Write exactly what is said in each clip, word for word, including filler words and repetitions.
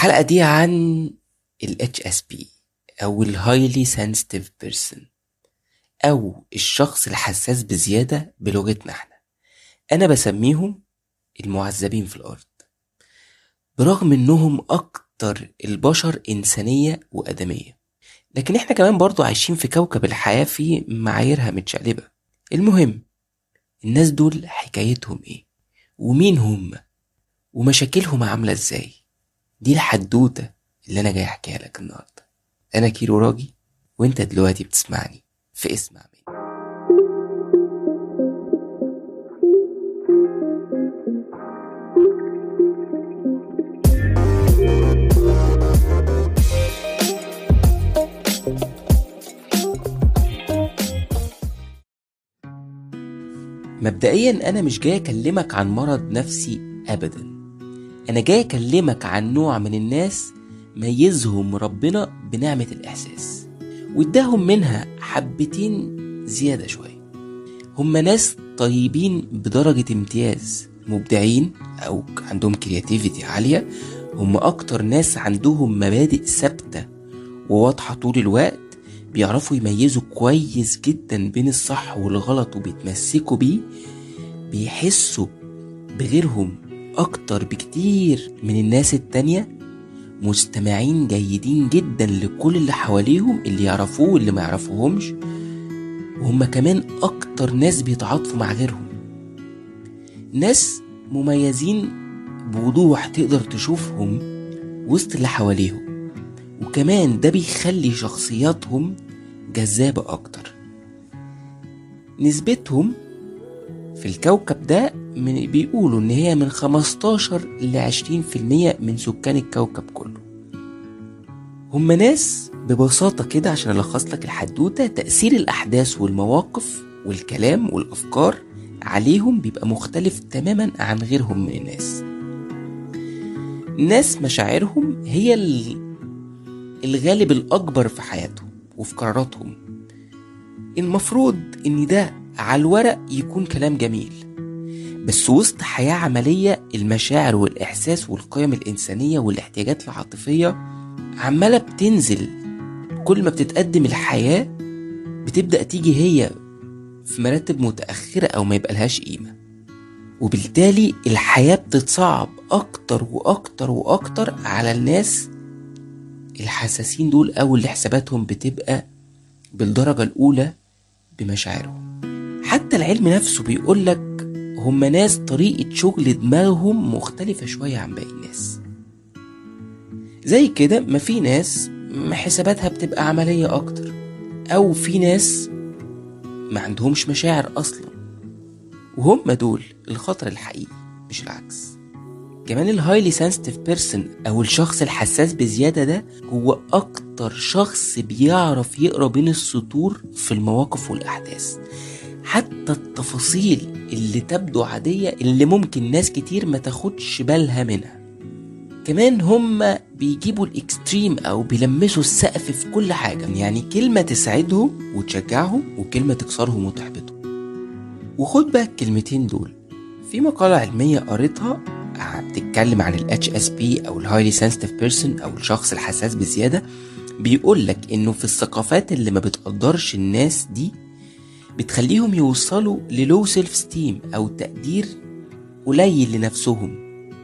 الحلقة دي عن ال إتش إس بي أو ال Highly Sensitive Person أو الشخص الحساس بزيادة بلغتنا احنا. أنا بسميهم المعذبين في الأرض، برغم إنهم أكتر البشر إنسانية وأدمية، لكن احنا كمان برضو عايشين في كوكب الحياة فيه معاييرها متشقلبة. المهم، الناس دول حكايتهم ايه ومين هم ومشاكلهم عاملة ازاي؟ دي الحدوتة اللي انا جاي احكيها لك النهاردة. انا كيرو راجي، وانت دلوقتي بتسمعني في اسمع مني. مبدئيا انا مش جاي اكلمك عن مرض نفسي ابدا، انا جاي اكلمك عن نوع من الناس ميزهم ربنا بنعمة الاحساس واداهم منها حبتين زيادة شوية. هم ناس طيبين بدرجة امتياز، مبدعين او عندهم كرياتيفيتي عالية. هم اكتر ناس عندهم مبادئ ثابتة وواضحة طول الوقت، بيعرفوا يميزوا كويس جدا بين الصح والغلط وبيتمسكوا بيه. بيحسوا بغيرهم اكتر بكتير من الناس التانية. مستمعين جيدين جدا لكل اللي حواليهم، اللي يعرفوه واللي ما يعرفوهمش. وهم كمان اكتر ناس بيتعاطفوا مع غيرهم، ناس مميزين بوضوح تقدر تشوفهم وسط اللي حواليهم، وكمان ده بيخلي شخصياتهم جذابة اكتر. نسبتهم في الكوكب ده من بيقولوا ان هي من خمستاشر ل عشرين في المية من سكان الكوكب كله. هم ناس ببساطة كده، عشان ألخص لك الحدوتة، تأثير الأحداث والمواقف والكلام والأفكار عليهم بيبقى مختلف تماما عن غيرهم من الناس. ناس مشاعرهم هي الغالب الأكبر في حياتهم وفي قراراتهم. المفروض إن ده على الورق يكون كلام جميل، بس وسط حياة عملية المشاعر والإحساس والقيم الإنسانية والاحتياجات العاطفية عمالة بتنزل. كل ما بتتقدم الحياة بتبدأ تيجي هي في مراتب متأخرة أو ما يبقالهاش قيمة، وبالتالي الحياة بتتصعب أكتر وأكتر وأكتر على الناس الحساسين دول، أو اللي حساباتهم بتبقى بالدرجة الأولى بمشاعرهم. حتى العلم نفسه بيقولك هم ناس طريقة شغل دماغهم مختلفة شوية عن باقي الناس. زي كده ما في ناس حساباتها بتبقى عملية أكتر، أو في ناس ما عندهمش مشاعر أصلا، وهم دول الخطر الحقيقي مش العكس. كمان الهايلي سنسيتيف بيرسون أو الشخص الحساس بزيادة ده هو أكتر شخص بيعرف يقرأ بين السطور في المواقف والأحداث، حتى التفاصيل اللي تبدو عادية اللي ممكن ناس كتير ما تاخدش بالها منها. كمان هم بيجيبوا الاكستريم او بيلمسوا السقف في كل حاجة، يعني كلمة تسعدهم وتشجعهم وكلمة تكسرهم وتحبطهم. وخد بقى الكلمتين دول في مقالة علمية قريتها بتتكلم عن ال إتش إس بي او ال Highly Sensitive Person او الشخص الحساس بزيادة. بيقولك انه في الثقافات اللي ما بتقدرش الناس دي بتخليهم يوصلوا للو سيلف ستيم او تقدير قليل لنفسهم.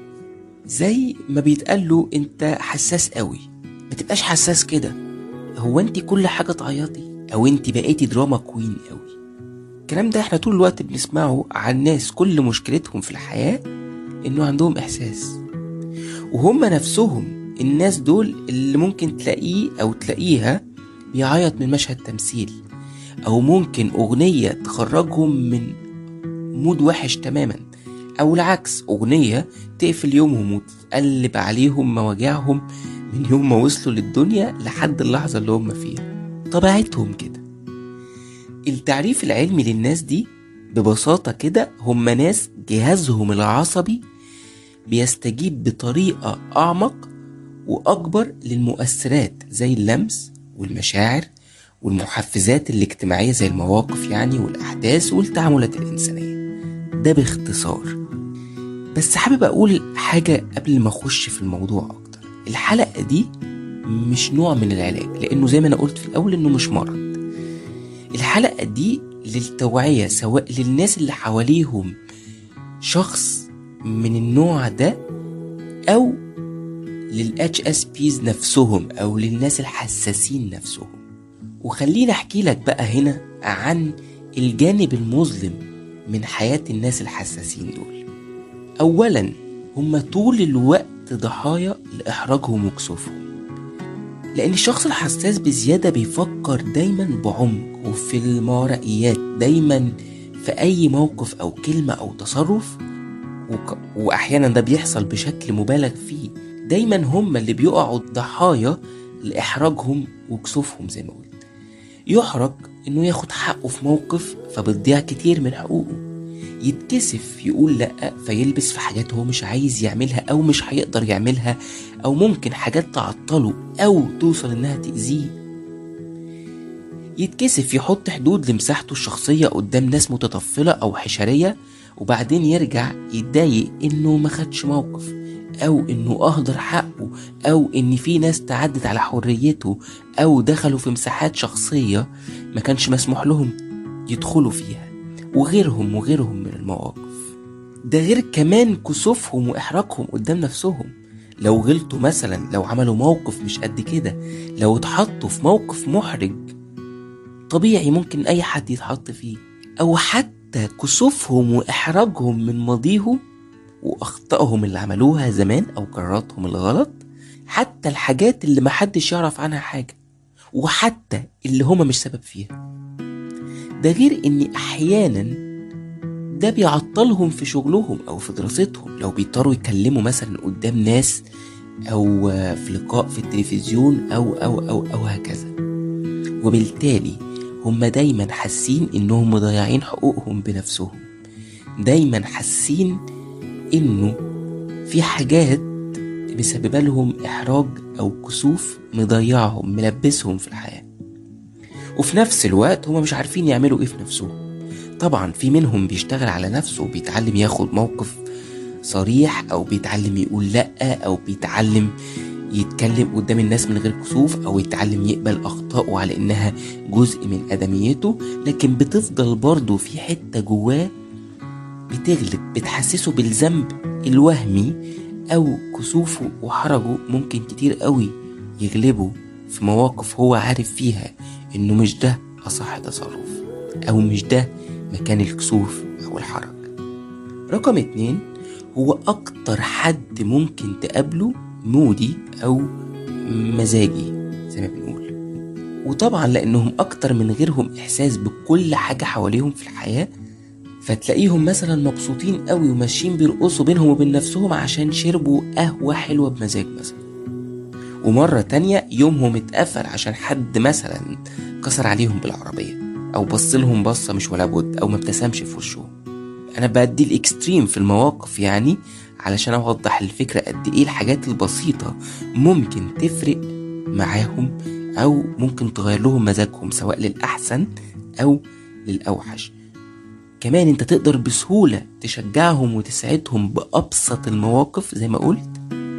زي ما بيتقالوا انت حساس قوي، ما تبقاش حساس كده، هو انت كل حاجة تعيطي، او انت بقيتي دراما كوين قوي. الكلام ده احنا طول الوقت بنسمعه عن ناس كل مشكلتهم في الحياة انه عندهم احساس، وهم نفسهم الناس دول اللي ممكن تلاقيه او تلاقيها بيعيط من مشهد تمثيل، او ممكن اغنية تخرجهم من مود وحش تماما، او العكس اغنية تقفل يومهم وتقلب عليهم مواجعهم من يوم ما وصلوا للدنيا لحد اللحظة اللي هم فيها. طبيعتهم كده. التعريف العلمي للناس دي ببساطة كده هم ناس جهازهم العصبي بيستجيب بطريقة اعمق واكبر للمؤثرات زي اللمس والمشاعر والمحفزات الاجتماعية زي المواقف يعني والاحداث والتعاملات الانسانية. ده باختصار. بس حابب اقول حاجة قبل ما اخش في الموضوع اكتر. الحلقة دي مش نوع من العلاج، لأنه زي ما أنا قلت في الأول إنه مش مرض. الحلقة دي للتوعية، سواء للناس اللي حواليهم شخص من النوع ده أو للاتش اس بيز نفسهم أو للناس الحساسين نفسهم. وخليني أحكي لك بقى هنا عن الجانب المظلم من حياة الناس الحساسين دول. أولا، هم طول الوقت ضحايا لإحراجهم وكسوفهم، لأن الشخص الحساس بزيادة بيفكر دايما بعمق وفي الماورائيات، دايما في أي موقف أو كلمة أو تصرف، وك... وأحيانا ده بيحصل بشكل مبالغ فيه. دايما هم اللي بيقعوا ضحايا لإحراجهم وكسوفهم. زي ما قلت، يحرج إنه ياخد حقه في موقف فبتضيع كتير من حقوقه، يتكسف يقول لأ فيلبس في حاجات هو مش عايز يعملها أو مش هيقدر يعملها، أو ممكن حاجات تعطله أو توصل إنها تأذيه. يتكسف يحط حدود لمساحته الشخصية قدام ناس متطفلة أو حشرية، وبعدين يرجع يتضايق إنه ما خدش موقف، أو إنه أهدر حقه، أو إن في ناس تعدت على حريته، أو دخلوا في مساحات شخصية ما كانش مسموح لهم يدخلوا فيها، وغيرهم وغيرهم من المواقف. ده غير كمان كسوفهم وإحراجهم قدام نفسهم. لو غلطوا مثلا، لو عملوا موقف مش قد كده، لو اتحطوا في موقف محرج طبيعي ممكن أي حد يتحط فيه، أو حتى كسوفهم وإحراجهم من ماضيهم وأخطائهم اللي عملوها زمان أو قراراتهم الغلط، حتى الحاجات اللي محدش يعرف عنها حاجة، وحتى اللي هما مش سبب فيها. ده غير ان احيانا ده بيعطلهم في شغلهم او في دراستهم، لو بيضطروا يتكلموا مثلا قدام ناس او في لقاء في التلفزيون او او او او هكذا. وبالتالي هم دايما حاسين انهم مضيعين حقوقهم بنفسهم، دايما حاسين انه في حاجات مسببه لهم احراج او كسوف، مضيعهم ملبسهم في الحياة. وفي نفس الوقت هم مش عارفين يعملوا ايه في نفسهم. طبعا في منهم بيشتغل على نفسه وبيتعلم ياخد موقف صريح، او بيتعلم يقول لأ، او بيتعلم يتكلم قدام الناس من غير كسوف، او يتعلم يقبل اخطائه على انها جزء من ادميته. لكن بتفضل برضه في حتة جواه بتغلب، بتحسسه بالذنب الوهمي، او كسوفه وحرجه ممكن كتير قوي يغلبه في مواقف هو عارف فيها انه مش ده اصح تصرف، او مش ده مكان الكسوف او الحرج. رقم اتنين، هو اكتر حد ممكن تقابله مودي او مزاجي زي ما بنقول. وطبعا لانهم اكتر من غيرهم احساس بكل حاجة حواليهم في الحياة، فتلاقيهم مثلا مبسوطين قوي وماشيين بيرقصوا بينهم وبين نفسهم عشان شربوا قهوة حلوة بمزاج مثلا، ومرة تانية يومهم اتقفل عشان حد مثلا كسر عليهم بالعربية، او بص لهم بصة مش ولا بد، او ما ابتسمش في وشهم. انا بدي الاكستريم في المواقف يعني علشان اوضح الفكرة قد ايه الحاجات البسيطة ممكن تفرق معاهم، او ممكن تغير لهم مزاجهم سواء للأحسن او للأوحش. كمان انت تقدر بسهولة تشجعهم وتساعدهم بأبسط المواقف زي ما قلت،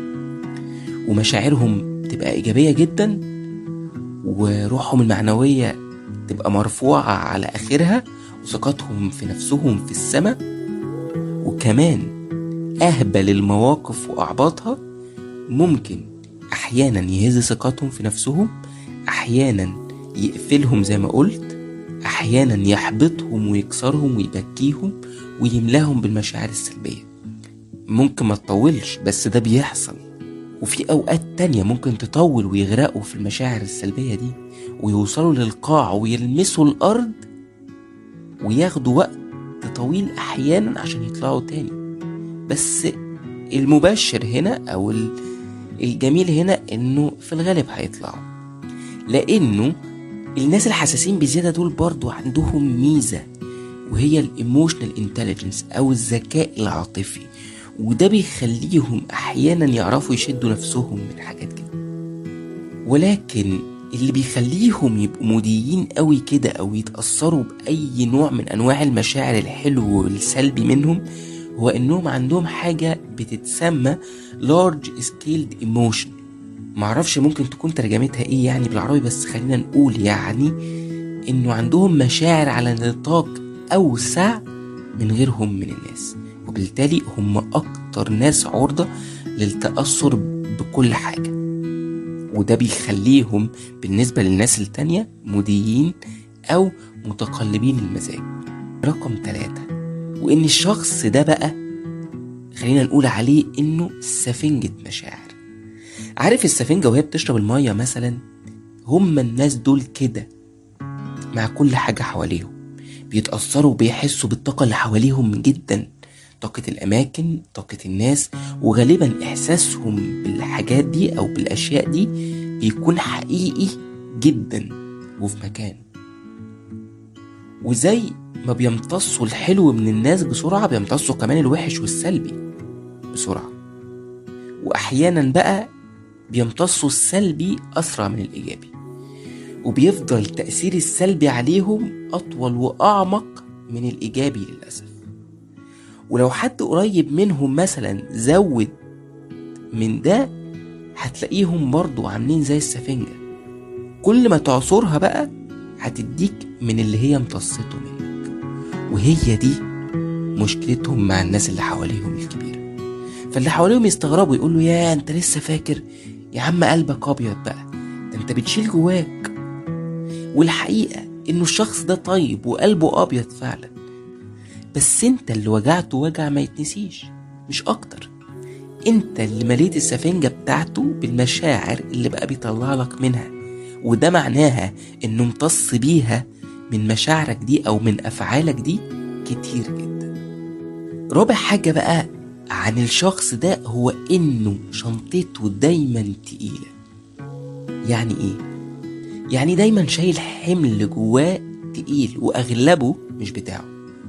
ومشاعرهم تبقى إيجابية جدا، وروحهم المعنوية تبقى مرفوعة على آخرها، وثقتهم في نفسهم في السماء. وكمان أهبل المواقف وأعباطها ممكن أحيانا يهز ثقتهم في نفسهم، أحيانا يقفلهم زي ما قلت، أحيانا يحبطهم ويكسرهم ويبكيهم ويملاهم بالمشاعر السلبية. ممكن ما تطولش بس ده بيحصل. وفي أوقات تانية ممكن تطول ويغرقوا في المشاعر السلبية دي ويوصلوا للقاع ويلمسوا الأرض، وياخدوا وقت طويل أحيانا عشان يطلعوا تاني. بس المبشر هنا أو الجميل هنا إنه في الغالب هيطلعوا، لأنه الناس الحساسين بزيادة دول برضو عندهم ميزة، وهي الإيموشنال انتليجنس أو الذكاء العاطفي، وده بيخليهم أحيانا يعرفوا يشدوا نفسهم من حاجات كده. ولكن اللي بيخليهم يبقوا موديين قوي كده أو يتأثروا بأي نوع من أنواع المشاعر الحلو والسلبي منهم، هو إنهم عندهم حاجة بتتسمى large scaled emotion، معرفش ممكن تكون ترجمتها ايه يعني بالعربي، بس خلينا نقول يعني انه عندهم مشاعر على نطاق اوسع من غيرهم من الناس، وبالتالي هم اكتر ناس عرضة للتأثر بكل حاجة، وده بيخليهم بالنسبة للناس التانية مديين او متقلبين المزاج. رقم ثلاثة، وان الشخص ده بقى خلينا نقول عليه انه سفنجة مشاعر. عارف السفنجة وهي بتشرب المية مثلا؟ هم الناس دول كده مع كل حاجة حواليهم، بيتأثروا وبيحسوا بالطاقة اللي حواليهم جدا، طاقة الأماكن، طاقة الناس، وغالبا إحساسهم بالحاجات دي أو بالأشياء دي بيكون حقيقي جدا وفي مكان. وزي ما بيمتصوا الحلو من الناس بسرعة، بيمتصوا كمان الوحش والسلبي بسرعة، وأحيانا بقى بيمتصوا السلبي أسرع من الإيجابي، وبيفضل التأثير السلبي عليهم أطول وأعمق من الإيجابي للأسف. ولو حد قريب منهم مثلا زود من ده، هتلاقيهم برضو عاملين زي السفنجة، كل ما تعصرها بقى هتديك من اللي هي امتصته منك. وهي دي مشكلتهم مع الناس اللي حواليهم الكبيرة. فاللي حواليهم يستغربوا يقولوا يا انت لسه فاكر؟ يا عم قلبك ابيض بقى، ده انت بتشيل جواك. والحقيقة انه الشخص ده طيب وقلبه ابيض فعلا، بس انت اللي وجعته وجع ما يتنسيش مش اكتر. انت اللي مليت السفنجة بتاعته بالمشاعر اللي بقى بيطلع لك منها، وده معناها انه امتص بيها من مشاعرك دي او من افعالك دي كتير جدا. رابع حاجة بقى عن الشخص ده هو انه شنطته دايما تقيلة. يعني ايه؟ يعني دايما شايل حمل جواه تقيل واغلبه مش بتاعه،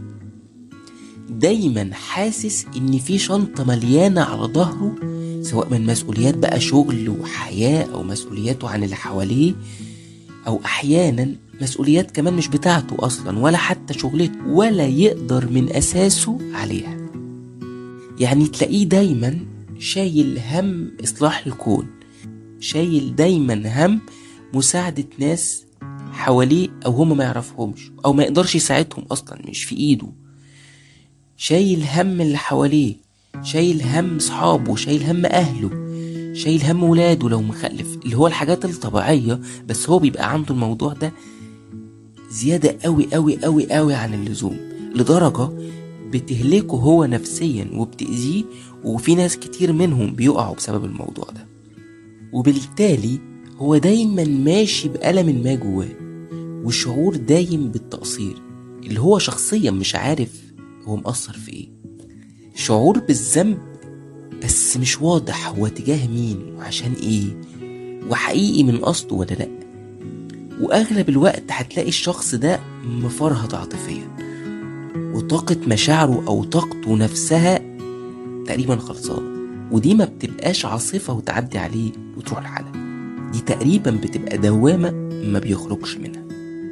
دايما حاسس ان في شنطة مليانة على ظهره، سواء من مسؤوليات بقى شغل وحياة او مسؤولياته عن اللي حواليه، او احيانا مسؤوليات كمان مش بتاعته اصلا ولا حتى شغلته ولا يقدر من اساسه عليها. يعني تلاقيه دايما شايل هم اصلاح الكون، شايل دايما هم مساعدة ناس حواليه او هم ما يعرفهمش او ما يقدرش يساعدهم اصلا، مش في ايده. شايل هم اللي حواليه، شايل هم صحابه، شايل هم اهله، شايل هم ولاده لو مخلف، اللي هو الحاجات الطبيعية. بس هو بيبقى عنده الموضوع ده زيادة قوي قوي قوي قوي عن اللزوم، لدرجة بتهلكه هو نفسيا وبتأذيه، وفي ناس كتير منهم بيقعوا بسبب الموضوع ده. وبالتالي هو دايما ماشي بألم ما جواه، والشعور دايم بالتقصير اللي هو شخصيا مش عارف هو مقصر في ايه. شعور بالذنب بس مش واضح هو تجاه مين وعشان ايه، وحقيقي من قصده ولا لأ. واغلب الوقت هتلاقي الشخص ده مفرهد عاطفيا، وطاقة مشاعره او طاقته نفسها تقريبا خلصانة، ودي ما بتبقاش عاصفة وتعدي عليه وتروح لحالها، دي تقريبا بتبقى دوامة ما بيخرجش منها.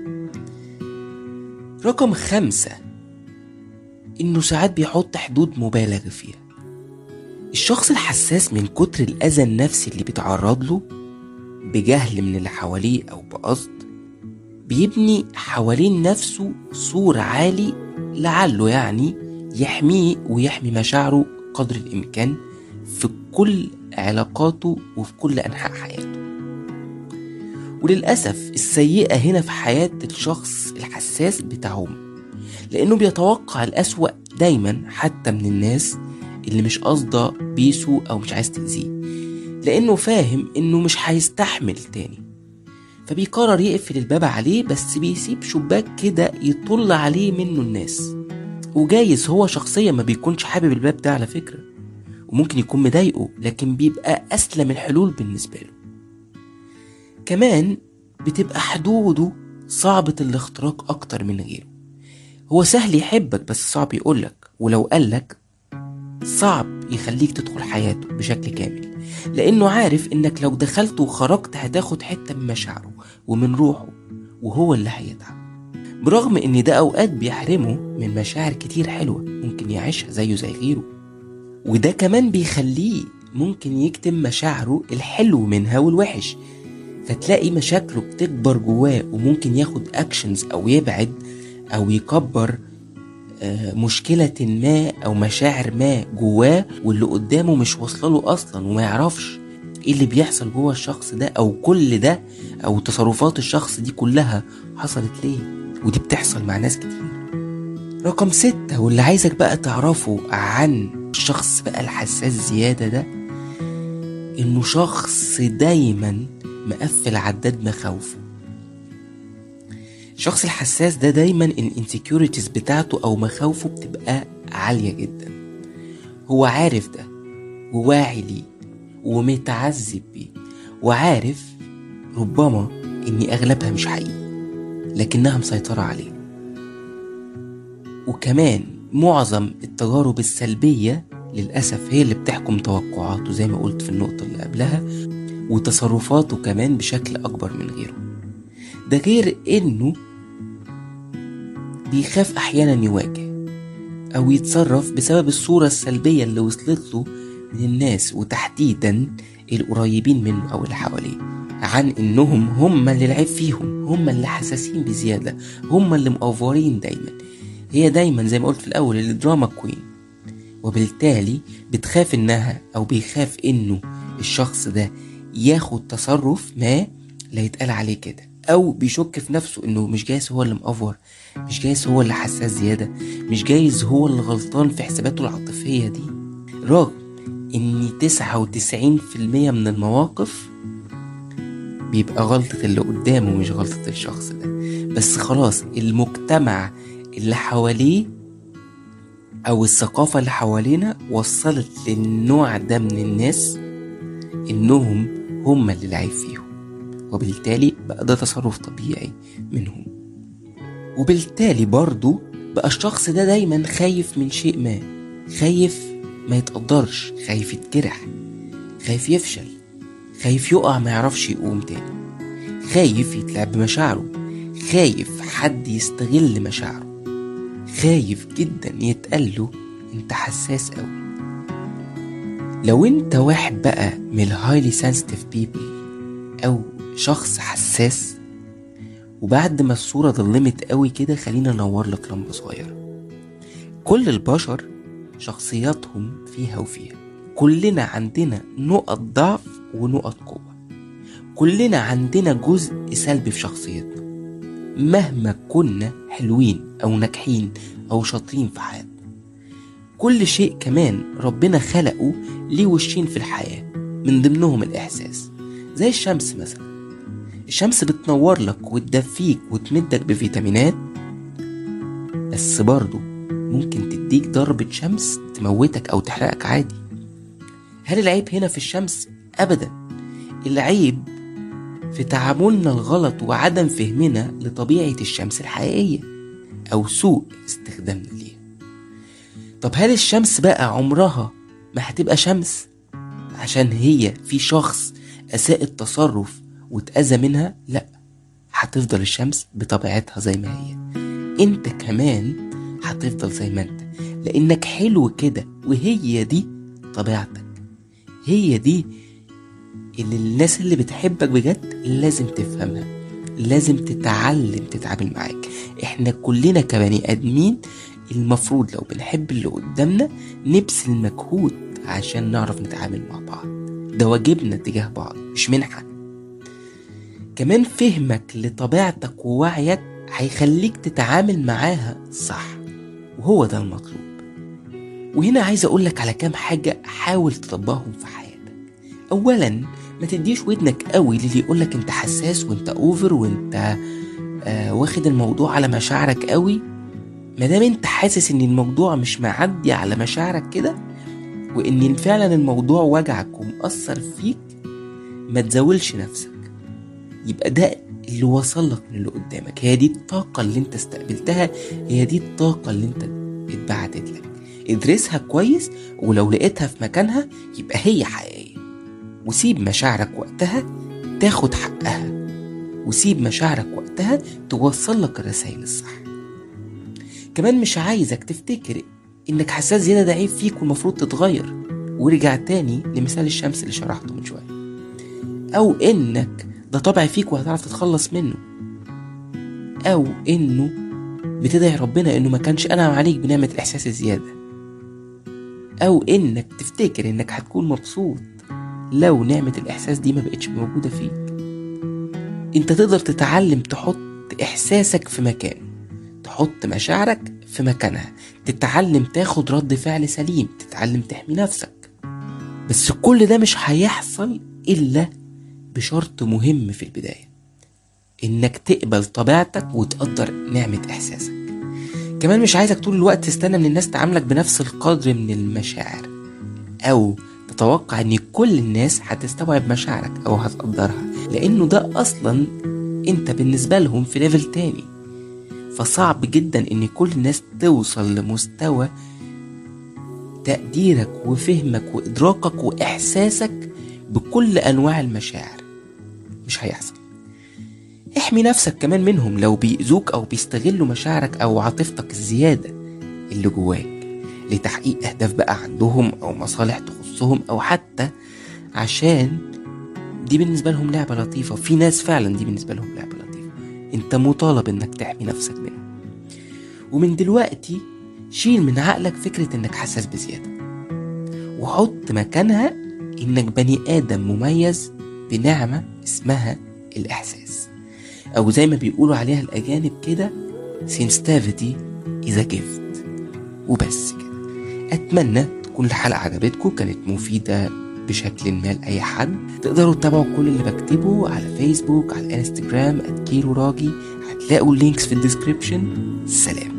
رقم خمسة، انه ساعات بيحط حدود مبالغ فيها. الشخص الحساس من كتر الأذى النفسي اللي بيتعرض له بجهل من اللي حواليه أو بقصد، بيبني حوالين نفسه سور عالي لعله يعني يحميه ويحمي مشاعره قدر الإمكان في كل علاقاته وفي كل أنحاء حياته. وللأسف السيئة هنا في حياة الشخص الحساس بتاعهم، لأنه بيتوقع الأسوأ دايما حتى من الناس اللي مش قصده بيسو أو مش عايز تأذيه، لأنه فاهم إنه مش هيستحمل تاني، فبيقرر يقفل الباب عليه، بس بيسيب شباك كده يطل عليه منه الناس. وجايز هو شخصيا ما بيكونش حابب الباب ده على فكرة، وممكن يكون مضايقه، لكن بيبقى أسلم الحلول بالنسبة له. كمان بتبقى حدوده صعبة الاختراق أكتر من غيره. هو سهل يحبك بس صعب يقولك، ولو قالك صعب يخليك تدخل حياته بشكل كامل، لأنه عارف إنك لو دخلت وخرجت هتاخد حتة من مشاعره ومن روحه، وهو اللي هيتعب. برغم إن ده أوقات بيحرمه من مشاعر كتير حلوة ممكن يعيشها زيه زي غيره، وده كمان بيخليه ممكن يكتم مشاعره الحلو منها والوحش، فتلاقي مشاكله بتكبر جواه، وممكن ياخد اكشنز او يبعد او يكبر مشكلة ما او مشاعر ما جواه، واللي قدامه مش واصله له اصلا، وما يعرفش ايه اللي بيحصل جوه الشخص ده، او كل ده او تصرفات الشخص دي كلها حصلت ليه. ودي بتحصل مع ناس كتير. رقم ستة، واللي عايزك بقى تعرفه عن الشخص بقى الحساس زيادة ده، انه شخص دايما مقفل عداد مخاوفه. الشخص الحساس ده دايما الانسكيورتيز بتاعته او مخاوفه بتبقى عالية جدا. هو عارف ده وواعي ليه ومتعذب بيه، وعارف ربما ان اغلبها مش حقيقي لكنها مسيطرة عليه. وكمان معظم التجارب السلبية للأسف هي اللي بتحكم توقعاته زي ما قلت في النقطة اللي قبلها، وتصرفاته كمان بشكل أكبر من غيره. ده غير إنه بيخاف أحيانا يواجه أو يتصرف بسبب الصورة السلبية اللي وصلت له من الناس، وتحديدا القريبين منه أو اللي حواليه، عن إنهم هم اللي العيب فيهم، هم اللي حساسين بزيادة، هم اللي مأفورين دايما. هي دايما زي ما قلت في الأول الدراما كوين، وبالتالي بتخاف إنها أو بيخاف إنه الشخص ده ياخد تصرف ما لا يتقال عليه كده، أو بيشك في نفسه إنه مش جايز هو اللي مأفور، مش جايز هو اللي حساس زيادة، مش جايز هو اللي غلطان في حساباته العاطفية دي، رغم إن تسعة وتسعين في المية من المواقف بيبقى غلطة اللي قدامه مش غلطة الشخص ده. بس خلاص المجتمع اللي حواليه او الثقافة اللي حوالينا وصلت للنوع ده من الناس انهم هم اللي العيب فيهم، وبالتالي بقى ده تصرف طبيعي منهم. وبالتالي برضو بقى الشخص ده دايما خايف من شيء ما، خايف ما يتقدرش، خايف يتجرح، خايف يفشل، خايف يقع ما يعرفش يقوم تاني، خايف يتلعب بمشاعره، خايف حد يستغل مشاعره، خايف جدا يتقاله انت حساس قوي. لو انت واحد بقى من الهايلي سنسيتيف بيبل او شخص حساس، وبعد ما الصورة ظلمت قوي كده خلينا ننور لك لمبة صغيرة. كل البشر شخصياتهم فيها وفيها، كلنا عندنا نقط ضعف ونقط قوة، كلنا عندنا جزء سلبي في شخصيتنا مهما كنا حلوين او ناجحين او شاطرين في حياتنا. كل شيء كمان ربنا خلقه ليه وشين في الحياة، من ضمنهم الإحساس. زي الشمس مثلا، الشمس بتنور لك وتدفيك وتمدك بفيتامينات، بس برضو ممكن تديك ضربة شمس تموتك أو تحرقك عادي. هل العيب هنا في الشمس؟ أبدا، العيب في تعاملنا الغلط وعدم فهمنا لطبيعة الشمس الحقيقية أو سوء استخدامنا ليها. طب هل الشمس بقى عمرها ما هتبقى شمس عشان هي في شخص أساء التصرف وتأذى منها؟ لا، هتفضل الشمس بطبيعتها زي ما هي، انت كمان هتفضل زي ما انت، لانك حلو كده، وهي دي طبيعتك، هي دي اللي الناس اللي بتحبك بجد لازم تفهمها، لازم تتعلم تتعامل معاك. احنا كلنا كبني ادمين المفروض لو بنحب اللي قدامنا نبذل مجهود عشان نعرف نتعامل مع بعض، ده واجبنا تجاه بعض مش منحة. كمان فهمك لطبيعتك ووعيك هيخليك تتعامل معاها صح، وهو ده المطلوب. وهنا عايز اقولك على كام حاجة حاول تطبقهم في حياتك. اولا، ما تديش ودنك قوي للي يقولك انت حساس وانت اوفر وانت آه واخد الموضوع على مشاعرك قوي. مادام انت حاسس ان الموضوع مش معدي على مشاعرك كده، وان فعلا الموضوع وجعك ومأثر فيك، ما تزولش نفسك. يبقى ده اللي وصلك من اللي قدامك، هي دي الطاقة اللي انت استقبلتها، هي دي الطاقة اللي انت اتبعتت لك. ادرسها كويس، ولو لقيتها في مكانها يبقى هي حقيقية، وسيب مشاعرك وقتها تاخد حقها، وسيب مشاعرك وقتها توصل لك الرسائل الصح. كمان مش عايزك تفتكر انك حساس زيادة ده عيب فيك والمفروض تتغير، ورجع تاني لمثال الشمس اللي شرحته من شوية، او انك ده طبع فيك وهتعرف تتخلص منه، او انه بتدعي ربنا انه ما كانش انعم عليك بنعمة الاحساس الزيادة، او انك تفتكر انك هتكون مبسوط لو نعمة الاحساس دي ما بقتش موجودة فيك. انت تقدر تتعلم تحط احساسك في مكانه، تحط مشاعرك في مكانها، تتعلم تاخد رد فعل سليم، تتعلم تحمي نفسك. بس كل ده مش هيحصل الا بشرط مهم في البداية، انك تقبل طبيعتك وتقدر نعمة احساسك. كمان مش عايزك طول الوقت تستنى من الناس تعاملك بنفس القدر من المشاعر، او تتوقع ان كل الناس هتستوعب مشاعرك او هتقدرها، لانه ده اصلا انت بالنسبة لهم في ليفل تاني. فصعب جدا ان كل الناس توصل لمستوى تقديرك وفهمك وادراكك واحساسك بكل انواع المشاعر، مش هيحصل. احمي نفسك كمان منهم لو بيأذوك او بيستغلوا مشاعرك او عاطفتك الزيادة اللي جواك لتحقيق اهداف بقى عندهم او مصالح تخصهم، او حتى عشان دي بالنسبة لهم لعبة لطيفة. في ناس فعلا دي بالنسبة لهم لعبة لطيفة، انت مطالب انك تحمي نفسك منهم. ومن دلوقتي شيل من عقلك فكرة انك حساس بزيادة، وحط مكانها انك بني ادم مميز بنعمة اسمها الاحساس، او زي ما بيقولوا عليها الاجانب كده sensitivity is a gift. وبس كده. اتمنى تكون الحلقة عجبتكم، كانت مفيدة بشكل ما لأي حد. تقدروا تتابعوا كل اللي بكتبه على فيسبوك، على الانستجرام @كيرو راجي، هتلاقوا اللينكس في الديسكريبشن. سلام.